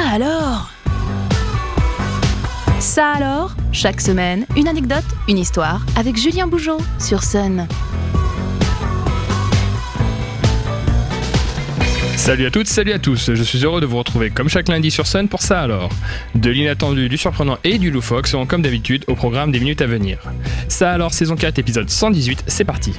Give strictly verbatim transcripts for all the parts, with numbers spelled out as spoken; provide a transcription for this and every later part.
alors Ça alors, chaque semaine, une anecdote, une histoire, avec Julien Bougeaud sur Sun. Salut à toutes, salut à tous, je suis heureux de vous retrouver comme chaque lundi sur Sun pour Ça alors. De l'inattendu, du surprenant et du loufoque seront comme d'habitude au programme des minutes à venir. Ça alors, saison quatre, épisode cent dix-huit, c'est parti.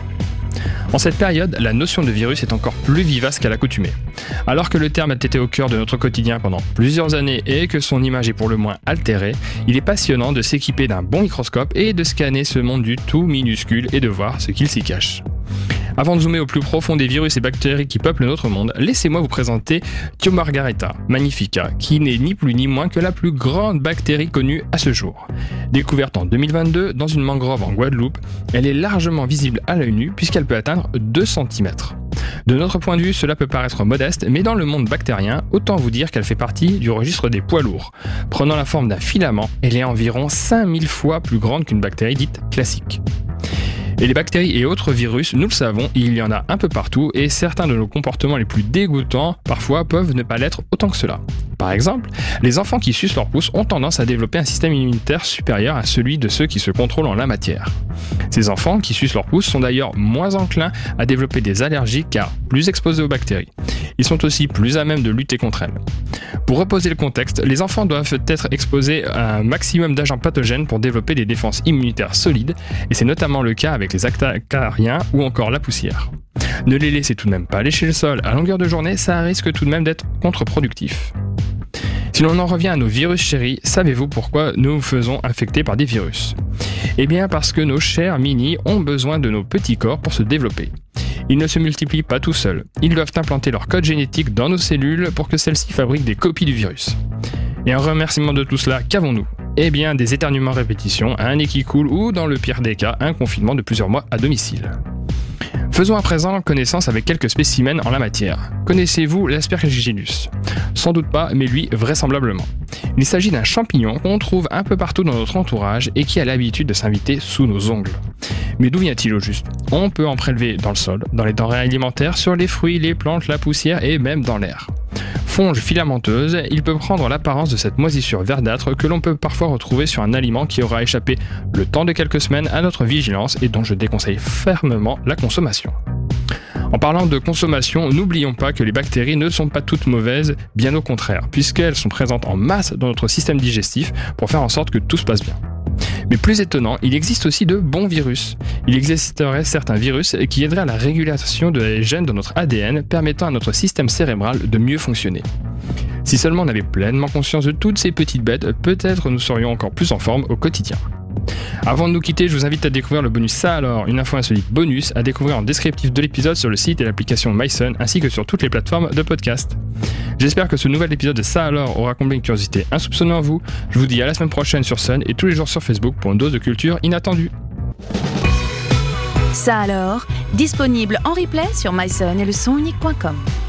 En cette période, la notion de virus est encore plus vivace qu'à l'accoutumée. Alors que le terme a été au cœur de notre quotidien pendant plusieurs années et que son image est pour le moins altérée, il est passionnant de s'équiper d'un bon microscope et de scanner ce monde du tout minuscule et de voir ce qu'il s'y cache. Avant de zoomer au plus profond des virus et bactéries qui peuplent notre monde, laissez-moi vous présenter Thiomargareta magnifica, qui n'est ni plus ni moins que la plus grande bactérie connue à ce jour. Découverte en deux mille vingt-deux dans une mangrove en Guadeloupe, elle est largement visible à l'œil nu puisqu'elle peut atteindre deux centimètres. De notre point de vue, cela peut paraître modeste, mais dans le monde bactérien, autant vous dire qu'elle fait partie du registre des poids lourds. Prenant la forme d'un filament, elle est environ cinq mille fois plus grande qu'une bactérie dite classique. Et les bactéries et autres virus, nous le savons, il y en a un peu partout et certains de nos comportements les plus dégoûtants, parfois, peuvent ne pas l'être autant que cela. Par exemple, les enfants qui sucent leur pouce ont tendance à développer un système immunitaire supérieur à celui de ceux qui se contrôlent en la matière. Ces enfants qui sucent leur pouce sont d'ailleurs moins enclins à développer des allergies car plus exposés aux bactéries. Ils sont aussi plus à même de lutter contre elles. Pour reposer le contexte, les enfants doivent être exposés à un maximum d'agents pathogènes pour développer des défenses immunitaires solides, et c'est notamment le cas avec les acariens ou encore la poussière. Ne les laissez tout de même pas lécher le sol à longueur de journée, ça risque tout de même d'être contre-productif. Si l'on en revient à nos virus chéris, savez-vous pourquoi nous nous faisons infecter par des virus ? Eh bien parce que nos chers mini ont besoin de nos petits corps pour se développer. Ils ne se multiplient pas tout seuls. Ils doivent implanter leur code génétique dans nos cellules pour que celles-ci fabriquent des copies du virus. Et en remerciement de tout cela, qu'avons-nous ? Eh bien des éternuements à répétition, un nez qui coule ou, dans le pire des cas, un confinement de plusieurs mois à domicile. Faisons à présent connaissance avec quelques spécimens en la matière. Connaissez-vous l'Aspergillus ? Sans doute pas, mais lui, vraisemblablement. Il s'agit d'un champignon qu'on trouve un peu partout dans notre entourage et qui a l'habitude de s'inviter sous nos ongles. Mais d'où vient-il au juste ? On peut en prélever dans le sol, dans les denrées alimentaires, sur les fruits, les plantes, la poussière et même dans l'air. Fonge filamenteuse, il peut prendre l'apparence de cette moisissure verdâtre que l'on peut parfois retrouver sur un aliment qui aura échappé le temps de quelques semaines à notre vigilance et dont je déconseille fermement la consommation. En parlant de consommation, n'oublions pas que les bactéries ne sont pas toutes mauvaises, bien au contraire, puisqu'elles sont présentes en masse dans notre système digestif pour faire en sorte que tout se passe bien. Mais plus étonnant, il existe aussi de bons virus. Il existerait certains virus qui aideraient à la régulation des gènes de notre A D N, permettant à notre système cérébral de mieux fonctionner. Si seulement on avait pleinement conscience de toutes ces petites bêtes, peut-être nous serions encore plus en forme au quotidien. Avant de nous quitter, je vous invite à découvrir le bonus Ça alors, une info insolite bonus à découvrir en descriptif de l'épisode sur le site et l'application MySun ainsi que sur toutes les plateformes de podcast. J'espère que ce nouvel épisode de Ça alors aura comblé une curiosité insoupçonnée en vous. Je vous dis à la semaine prochaine sur Sun et tous les jours sur Facebook pour une dose de culture inattendue. Ça alors, disponible en replay sur mysun et le son unique point com.